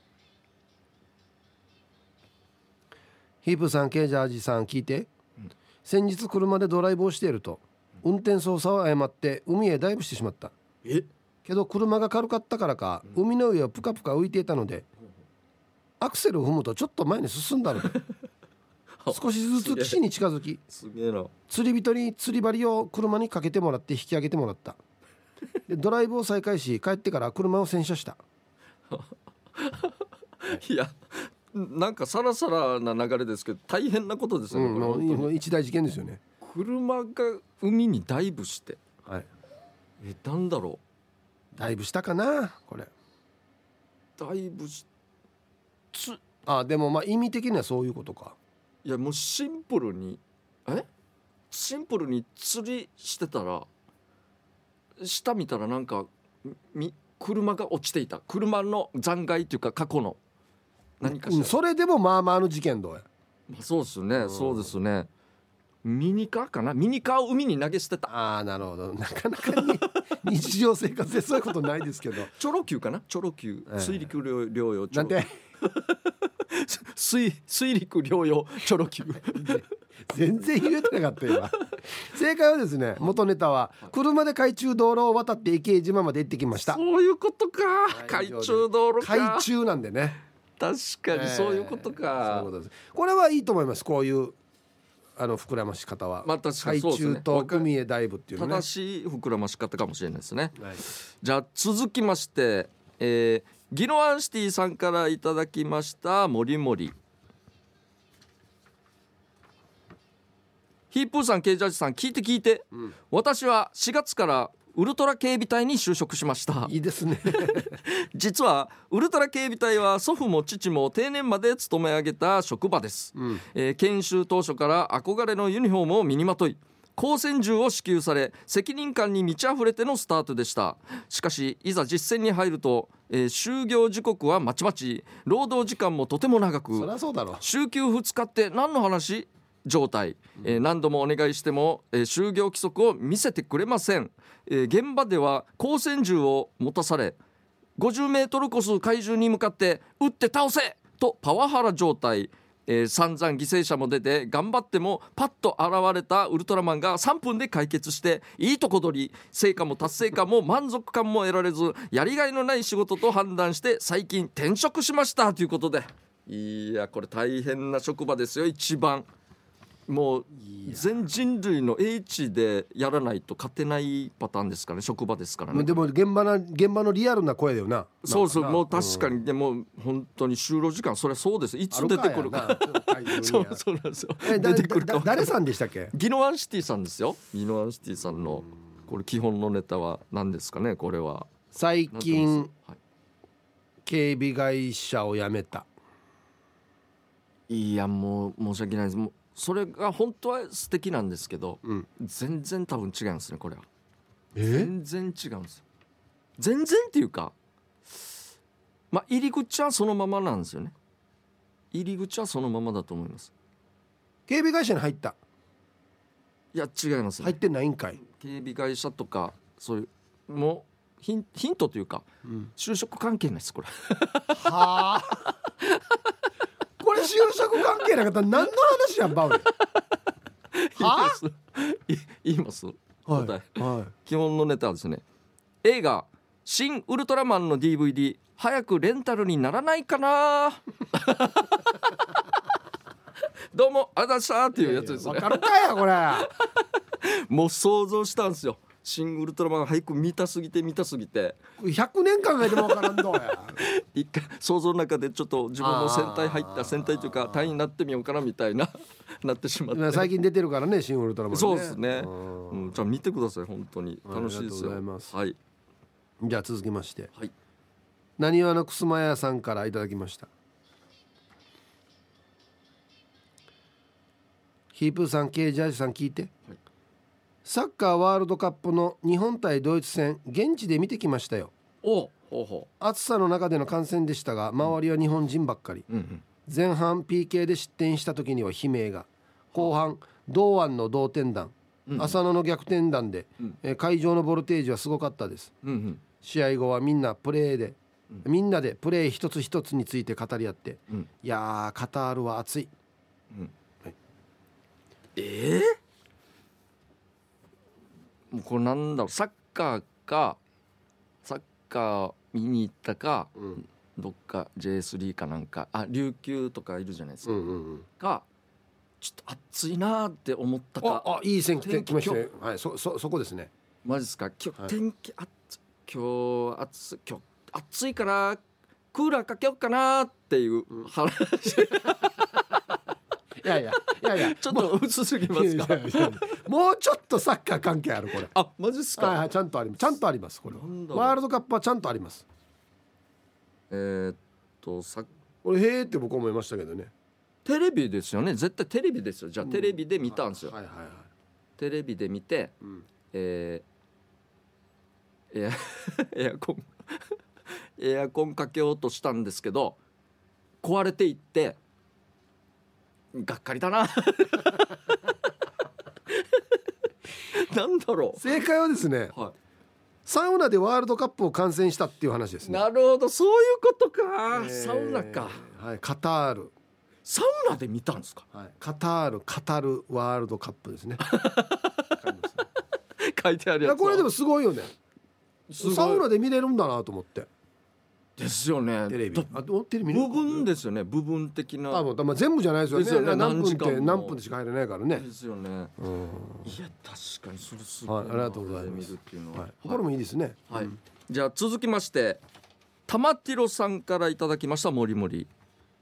ヒープさんケージャージさん聞いて、うん、先日車でドライブをしていると運転操作を誤って海へダイブしてしまった。 えけど車が軽かったからか、うん、海の上をプカプカ浮いていたので、うん、アクセルを踏むとちょっと前に進んだので少しずつ岸に近づきすげえな釣り人に釣り針を車にかけてもらって引き上げてもらったでドライブを再開し帰ってから車を洗車したいやなんかサラサラな流れですけど大変なことですよね、うん、 もうもう一大事件ですよね。 車が海にダイブして、 はい、 えなんだろうダイブしたかなこれダイブしつあでもまあ意味的にはそういうことか。 いやもうシンプルにえシンプルに釣りしてたら下見たらなんかみ車が落ちていた車の残骸というか過去の何かしら、 うん、それでもまあまあの事件どうや、 まあ、そうですね、うん、そうですねミニカーかなミニカーを海に投げ捨てた。 ああなるほどなかなかに日常生活でそういうことないですけどチョロ Q かなチョロ Q、えー、水陸両用なんて水, 水陸両用チョロ Q 全然言えてなかった今正解はですね元ネタは車で海中道路を渡って池江島まで行ってきました。 そういうことか、はい、海中道路か海中なんでね確かにそういうことか、 えー、そういうことです。これはいいと思います。こういうあの膨らまし方は、 まあ確かにそうですね、 海中と海へダイブっていうのね正しい膨らまし方かもしれないですね、 はい、 じゃあ続きまして、えー、ギノアンシティさんからいただきましたもりもり。ヒープーさんケイジャージさん聞いて聞いて、うん、私はしがつからウルトラ警備隊に就職しました。 いいですね実はウルトラ警備隊は祖父も父も定年まで勤め上げた職場です、うんえー、研修当初から憧れのユニフォームを身にまとい光線銃を支給され責任感に満ち溢れてのスタートでした。しかしいざ実践に入ると、えー、就業時刻はまちまち、労働時間もとても長く、 そりゃそうだろう、 週休ふつかって何の話状態、えー、何度もお願いしても、えー、就業規則を見せてくれません、えー、現場では光線銃を持たされごじゅうメートルコース怪獣に向かって撃って倒せとパワハラ状態、えー、散々犠牲者も出て頑張ってもパッと現れたウルトラマンがさんぷんで解決していいとこ取り、成果も達成感も満足感も得られずやりがいのない仕事と判断して最近転職しましたということで、いやこれ大変な職場ですよ。一番もう全人類の英知でやらないと勝てないパターンですからね、職場ですからね。 でも現場な現場のリアルな声だよな。 そうそう、もう確かに、うん、でも本当に就労時間それはそうです。いつ出てくるかそうそうなんですよ。 え出てくるか誰さんでしたっけ？ ギノワンシティさんですよ。ギノワンシティさんのこれ基本のネタは何ですかね。これは最近、はい、警備会社を辞めた。 いやもう申し訳ないです。もうそれが本当は素敵なんですけど、うん、全然多分違うんですね。これは全然違うんですよ。全然っていうか、まあ入り口はそのままなんですよね。入り口はそのままだと思います。 警備会社に入った？ いや違います、ね、 入ってないんかい。 警備会社とかそういうもうヒン、ヒントというか、うん、就職関係ないですこれはあこれ就職関係なかったら何の話やんバウルは言います、はいはい、 基本のネタはですね、映画新ウルトラマンの ディーブイディー 早くレンタルにならないかなどうもありがとうございましたっていうやつですね。 わかるかやこれもう想像したんですよ。新ウルトラマン俳句見たすぎて見たすぎてひゃくねん考えてもわからんどうや一回想像の中でちょっと自分の戦隊入った戦隊というか隊員になってみようかなみたいななってしまって、 最近出てるからね新ウルトラマンね。 そうですね、うん、じゃあ見てください本当に楽しいですよ。ありがとうございます、はい、 じゃあ続きまして、 はい、 なにわのくすまやさんからいただきました。ヒープーさん、ケイジャージさん聞いて、はい、サッカーワールドカップの日本対ドイツ戦現地で見てきましたよ。 おほうほう。 暑さの中での観戦でしたが周りは日本人ばっかり、うんうん、前半 ピーケー で失点した時には悲鳴が、後半堂安の同点弾、うんうん、浅野の逆転弾で、うんえ会場のボルテージはすごかったです、うんうん、試合後はみんなプレーで、うん、みんなでプレー一つ一つについて語り合って、うん、いやーカタールは暑い、うんはい、 えー、もうこれなんだろう、サッカーかサッカー見に行ったか、うん、どっか ジェイスリー かなんか、あ琉球とかいるじゃないですか、うんうんうん、かちょっと暑いなって思ったか。 ああいい線来ましたね、はい、そ, そ, そこですね。 マジですか。今日、はい、天気暑今日暑今日暑いからクーラーかけようかなっていう話、うん、 いやいやいやいやちょっと薄すぎますか。 いやいやいやもうちょっとサッカー関係あるこれ。 あマジですか。 はいはい、ちゃんとありますちゃんとありますこれ。ワールドカップはちゃんとあります。 えー、っとさこれへーって僕思いましたけどね。 テレビですよね絶対テレビですよ。じゃあ、うん、テレビで見たんですよ、 はいはいはいはい、 テレビで見て、うん、えー、エアエアコンエアコンかけようとしたんですけど壊れていってがっかりだななんだろう。 正解はですね、はい、サウナでワールドカップを観戦したっていう話ですね。 なるほどそういうことか、えー、サウナか、 はい、カタールサウナで見たんですか、 はい、カタールカタルワールドカップですね書いてあるやつ。 これでもすごいよね。サウナで見れるんだなと思ってですよね。 テレビあテレビ部分ですよね。部分的なあ、まあ、全部じゃないですよ ね, ですよね。何分って何分でしか入れないからね。 ですよね、うん、いや確かにそれすごい、 はい、ありがとうございます。はい、これもいいですね、 はいうん、じゃあ続きまして玉ティロさんからいただきました。もりもり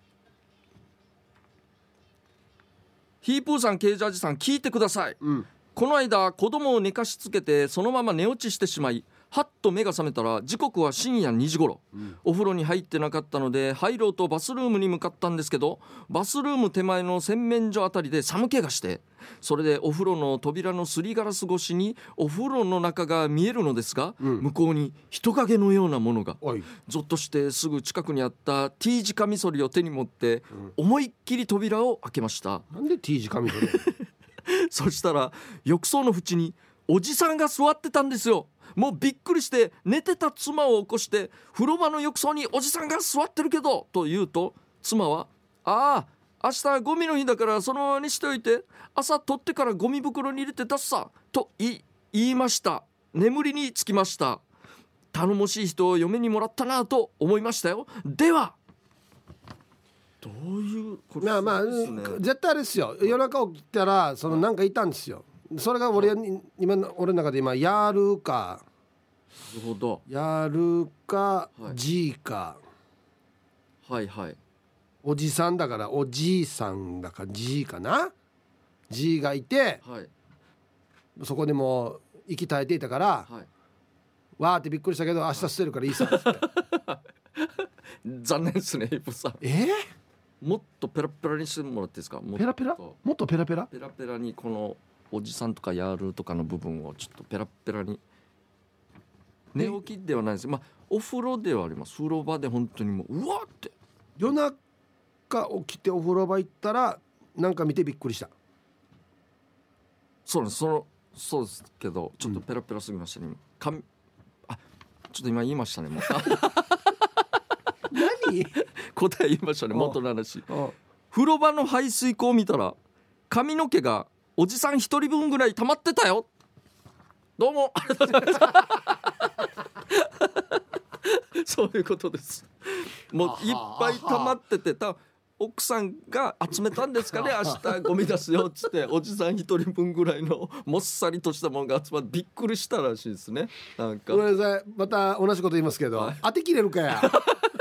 ヒープーさんケイジャージさん聞いてください、うん、 この間子供を寝かしつけてそのまま寝落ちしてしまい、はっと目が覚めたら時刻は深夜にじ頃、うん、お風呂に入ってなかったので入ろうとバスルームに向かったんですけど、バスルーム手前の洗面所あたりで寒気がして、それでお風呂の扉のすりガラス越しにお風呂の中が見えるのですが、うん、向こうに人影のようなものが、ぞっとしてすぐ近くにあった T 字カミソリを手に持って、うん、思いっきり扉を開けました。 なんで T 字カミソリそしたら浴槽の縁におじさんが座ってたんですよ。もうびっくりして寝てた妻を起こして、風呂場の浴槽におじさんが座ってるけどと言うと、妻はああ明日ゴミの日だからそのままにしておいて、朝取ってからゴミ袋に入れて出すさと言いました。眠りにつきました。頼もしい人を嫁にもらったなと思いましたよ。ではどういうことですね。 まあまあ絶対あれですよ、夜中起きたらそのなんかいたんですよ。それが俺に今俺の中で今やるか、 なるほど、 やるか G か、 はいはい、 おじさんだからおじいさんだから G かな、 G がいて、はい、そこでもう息絶えていたから、はい、わーってびっくりしたけど明日捨てるからいいさって残念ですねヒップさん。 えー、 もっとペラペラにしてもらっていいですか。もっとペラペラもっとペラペラペラペラにこのおじさんとかやるとかの部分をちょっとペラペラに、寝起きではないです。まあお風呂ではあります。風呂場で本当にもううわって夜中起きてお風呂場行ったらなんか見てびっくりした。 そうです、そのそうですけどちょっとペラペラすぎましたね、うん、髪あちょっと今言いましたねもう何答え言いましたね、元の話。風呂場の排水口を見たら髪の毛がおじさん一人分ぐらい溜まってたよ。どうもありがとうございますそういうことです。もういっぱい溜まってて、た奥さんが集めたんですかね、明日ゴミ出すよっつっておじさん一人分ぐらいのもっさりとしたものが集まってびっくりしたらしいですね。なんかごめんなさい、また同じこと言いますけど、はい、当てきれるかや当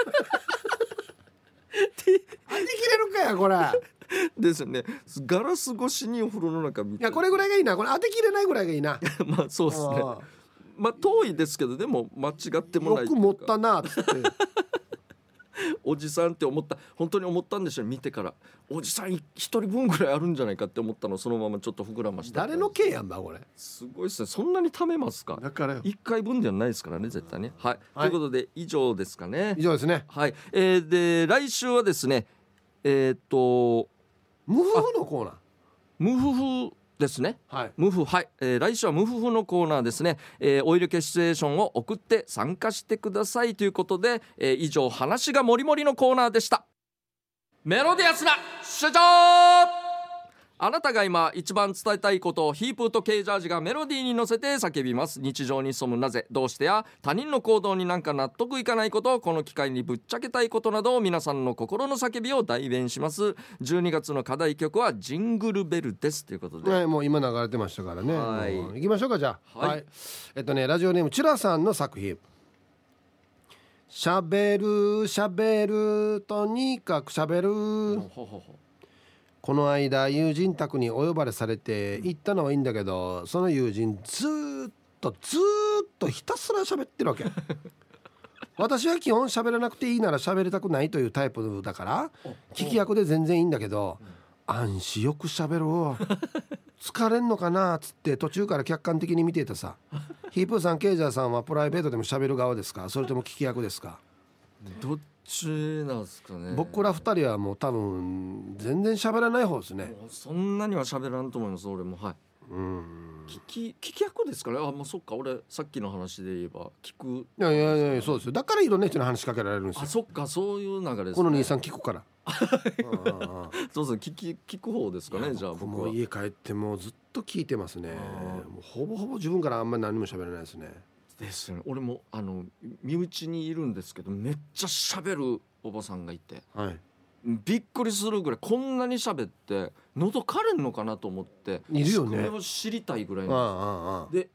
てきれるかやこれですね。ガラス越しにお風呂の中見て、 いやこれぐらいがいいな、これ当てきれないぐらいがいいなまあそうですね、まあ遠いですけどでも間違ってもない、 よく持ったなっつっておじさんって思った、本当に思ったんでしょう、見てからおじさん一人分ぐらいあるんじゃないかって思ったの、そのままちょっと膨らました。 誰の毛やんだこれ、 すごいですね。そんなに貯めますか。 だからいっかいぶんではないですからね絶対ね、はい、はい、ということで以上ですかね。 以上ですね。 はい、えー、で来週はですねえー、っと無夫婦のコーナー、 無夫婦ですね、 はい、 無夫はい、えー、来週は無夫婦のコーナーですね、えー、オイル消しシチュエーションを送って参加してくださいということで、えー、以上話がもりもりのコーナーでした。メロディアスな主張、あなたが今一番伝えたいことをヒープーとケイジャージがメロディーに乗せて叫びます。日常に潜むなぜ、どうしてや他人の行動になんか納得いかないこと、この機会にぶっちゃけたいことなど皆さんの心の叫びを代弁します。じゅうにがつの課題曲はジングルベルですということで、 はい、もう今流れてましたからね。 はい、 行きましょうかじゃあ、 はい、 はい、えっとねラジオネームチュラさんの作品、しゃべるしゃべるとにかくしゃべる。ほほほ、この間友人宅にお呼ばれされて行ったのはいいんだけど、その友人ずーっとずーっとひたすら喋ってるわけ私は基本喋らなくていいなら喋りたくないというタイプだから聞き役で全然いいんだけど、安心よく喋ろう疲れんのかなっつって途中から客観的に見ていたさヒープーさん、ケイジャーさんはプライベートでも喋る側ですか、それとも聞き役ですか。 どっちなんですかね。 僕ら二人はもう多分全然喋らない方ですね。 そんなには喋らんと思います俺も。はい、うん、聞き聞き役ですかね。あ、もうそっか、俺さっきの話で言えば聞く。 いやいやいや、そうですよ。だからいろんな人に話しかけられるんですよ。 あ、そっか、そういう流れですね。 この兄さん聞くからそうそう、聞き聞く方ですかね。じゃあ僕はもう家帰ってもうずっと聞いてますね。もうほぼほぼ自分からあんまり何も喋らないですね。 ですね。俺もあの身内にいるんですけど、めっちゃ喋るおばさんがいて、はい、びっくりするぐらいこんなに喋って喉枯れんのかなと思って、 いるよね。 それを知りたいぐらいなんです。ああああで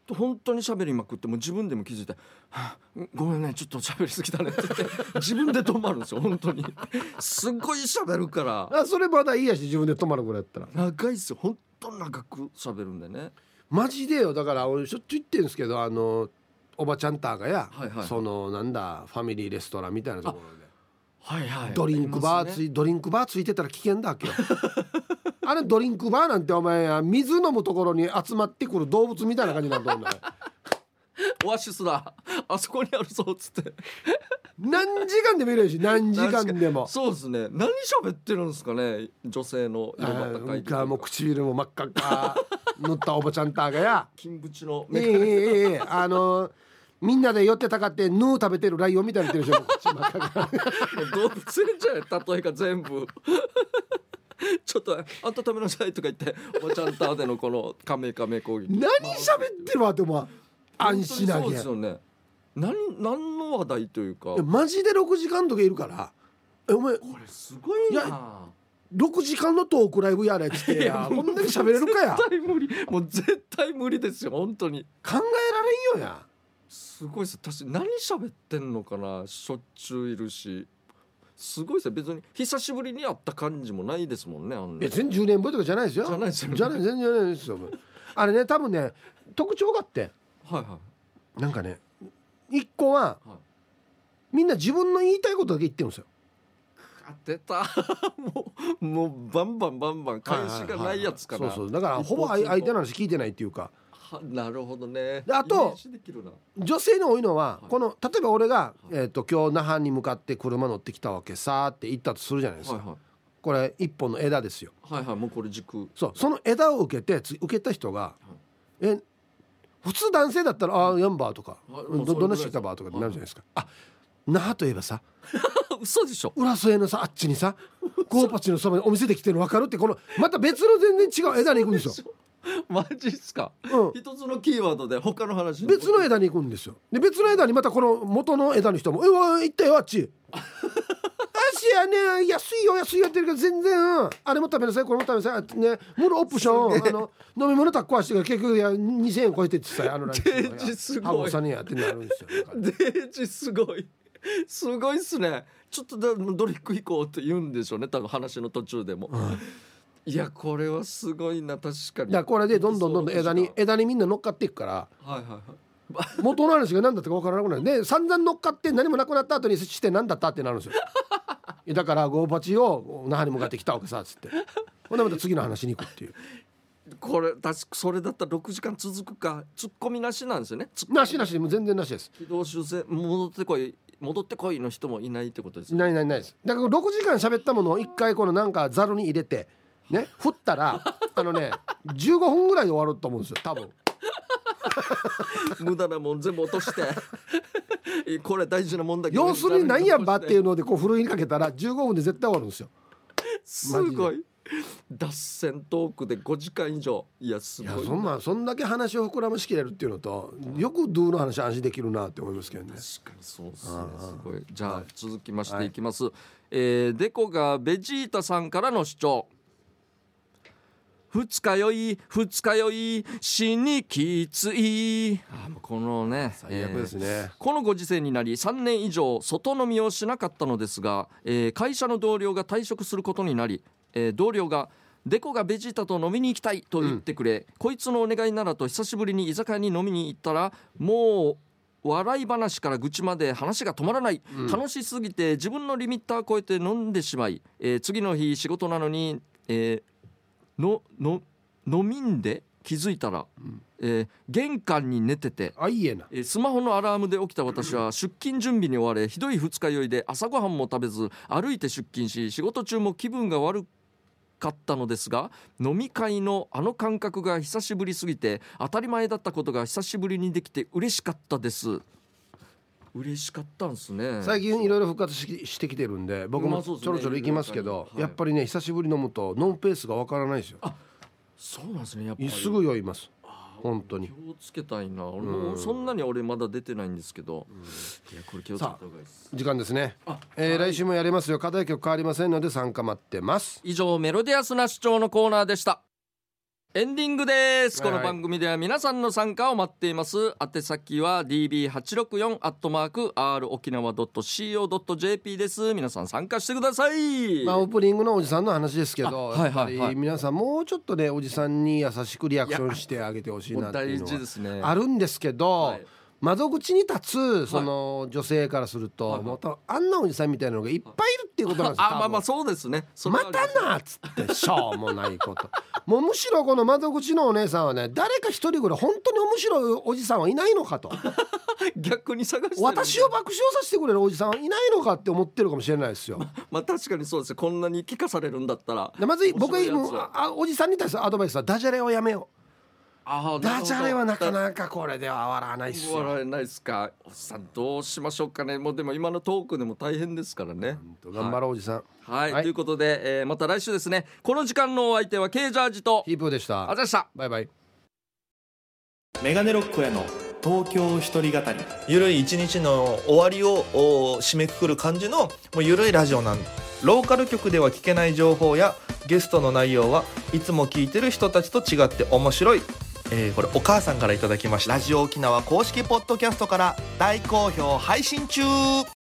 本当に喋りまくってもう自分でも気づいて、はあ、ごめんねちょっと喋りすぎたねって言って自分で止まるんですよ本当にすごい喋るから。 あ、それまだいいやし、自分で止まるぐらいやったら。 長いっすよ、本当長く喋るんでね。 マジでよ。だから俺しょっちゅう言ってるんですけど、あのおばちゃんターがや、はいはい、そのなんだファミリーレストランみたいなところで、はいはい、ドリンクバーつい、ね、ドリンクバーついてたら危険だわけよあれドリンクバーなんてお前水飲むところに集まってくる動物みたいな感じになると思うんだよオアシスだあそこにあるぞっつって何時間でもいるし、何時間でも。 そうですね。何喋ってるんですかね、女性の色ば高いとか、 もう唇も真っ赤っか塗ったおばちゃんたがや金縁のええええあのみんなで寄ってたかってヌー食べてるライオンみたいになってるでしょ口真っ赤っか動物園じゃない例えが全部ちょっとあんた食べなさいとか言っておばちゃんたでのこのカメカメ攻撃何喋ってるわっても安心なげ。 そうですよね。何, 何の話題というかマジでろくじかんとかいるから、えお前これすごいな。いやろくじかんのトークライブやれっつってやこんなに喋れるかや絶対無理、もう絶対無理ですよ本当に。 考えられんよや。 すごいです。確かに何喋ってんのかな、しょっちゅういるしすごいですよ。別に久しぶりに会った感じもないですもんね。あん別にじゅうねんぶりとかじゃないですよ。 じゃないですよね。 じゃない全然じゃないですよあれね、多分ね特徴があって、 はいはい、 なんかね一個は、はい、みんな自分の言いたいことだけ言ってるんですよ。 当てたもう、もうバンバンバンバン返しがないやつかな。 そうそう、だからほぼ相手の話聞いてないっていうか。 なるほどね。 であと女性に多いのは、はい、この例えば俺が、はい、えー、と今日那覇に向かって車乗ってきたわけさって言ったとするじゃないですか、はいはい、これ一本の枝ですよ。 はいはい、もうこれ軸。 そう、その枝を受けて受けた人が、はい、え普通男性だったらああやんばとか、はい、ど, どんなしてきたばとかってなるじゃないですか、はい、あ那覇といえばさ嘘でしょ、 浦添のさあっちにさゴーパチのそばにお店で来てるの分かるって、このまた別の全然違う枝に行くんですよマジっすか、うん、一つのキーワードで他の話の別の枝に行くんですよ。で別の枝にまたこの元の枝の人もえわ行ったよあっち足やね安いよ安いよって言うけど全然あれも食べなさいこれも食べなさいね、もろオプションあの飲み物タッコはしてから結局いやにせんえん超えてってさあのランチデージすごいさんにやってなるんですよ。 デージすごいすごいっすね。ちょっとだドリンク行こうって言うんでしょうね多分話の途中でも、うん、いやこれはすごいな。確かにだこれでどんどんどんどん枝に枝にみんな乗っかっていくから、はいはいはい元の話が何だったか分からなくなるで散々乗っかって何もなくなった後にして何だったってなるんですよだからゴーパチを那覇に向かってきたわけさっつってほんでまた次の話に行くっていうこれ確かそれだったらろくじかん続くか。ツッコミなしなんですよね。 なしなしもう全然なしです。 軌道修正戻ってこい戻ってこいの人もいないってことです。 ないないないです。だからろくじかん喋ったものをいっかいこのなんかザルに入れてね振ったらあのねじゅうごふんぐらいで終わると思うんですよ多分無駄なもん全部落としてこれ大事なもんだけど要するに何やんばっていうのでこうふるいにかけたらじゅうごふんで絶対終わるんですよ。 すごい脱線トークでごじかん以上。いやすごい。いやそんなそんだけ話を膨らましきれるっていうのとよくドゥの話安心できるなって思いますけどね。 確かにそうですね。すごい。じゃあ、はい、続きましていきます、はい、えー、デコがベジータさんからの主張。二日酔い二日酔い死にきつい。あこのね最悪ですね、えー、 このご時世になりさんねん以上外飲みをしなかったのですが、えー、会社の同僚が退職することになり、えー、同僚がデコがベジータと飲みに行きたいと言ってくれ、うん、こいつのお願いならと久しぶりに居酒屋に飲みに行ったらもう笑い話から愚痴まで話が止まらない、うん、楽しすぎて自分のリミッターを超えて飲んでしまい、えー、次の日仕事なのに、えーのの飲みんで気づいたら、うんえー、玄関に寝ててあいいえな、 えー、スマホのアラームで起きた私は出勤準備に追われひどい二日酔いで朝ごはんも食べず歩いて出勤し仕事中も気分が悪かったのですが飲み会のあの感覚が久しぶりすぎて当たり前だったことが久しぶりにできて嬉しかったです。嬉しかったんですね。 最近いろいろ復活 し, してきてるんで僕もちょろちょろ行きますけど、やっぱりね久しぶり飲むとノンペースがわからないですよ。 あそうなんですね。やっぱりすぐ酔います本当に。 気をつけたいな。俺もそんなに俺まだ出てないんですけど、うん、いやこれ気をつけた方がいいです。 時間ですね、えー、来週もやりますよ。課題曲変わりませんので参加待ってます。 以上メロディアスな主張のコーナーでした。 エンディングです。 はいはいこの番組では皆さんの参加を待っています。宛先は ディービーはちろくよん アットマーク アール 沖縄 ドット シーオー ドット ジェーピー です。皆さん参加してください。 まあオープニングのおじさんの話ですけど、 はいはいはいやっぱり皆さんもうちょっとねおじさんに優しくリアクションしてあげてほしいなっていうの大事ですね。 はあるんですけど、 はい窓口に立つその女性からすると、 はいはいもうあんなおじさんみたいなのがいっぱいいるっていうことなんですよ。 あまあまあそうですね。それはまたなっつってしょうもないこともうむしろこの窓口のお姉さんはね誰か一人ぐらい本当に面白いおじさんはいないのかと逆に探してる私を爆笑させてくれるおじさんはいないのかって思ってるかもしれないですよ。 ま、まあ確かにそうですね。こんなに聞かされるんだったらでまず僕が面白いやつはあおじさんに対するアドバイスはダジャレをやめよう。 あダジャレはなかなかこれでは笑わないっすよ。 笑えないですか。おっさんどうしましょうかね。もうでも今のトークでも大変ですからね。 頑張ろうおじさん。 はい、 はいということで、えーまた来週ですね。この時間のお相手は K ジャージとヒープーでした。 あざでした。 バイバイ。 メガネロックへの東京一人語り。 ゆるい一日の終わりをお締めくくる感じのもうゆるいラジオなんで、ローカル局では聞けない情報やゲストの内容はいつも聞いてる人たちと違って面白い、えー、これお母さんからいただきました。ラジオ沖縄公式ポッドキャストから大好評配信中。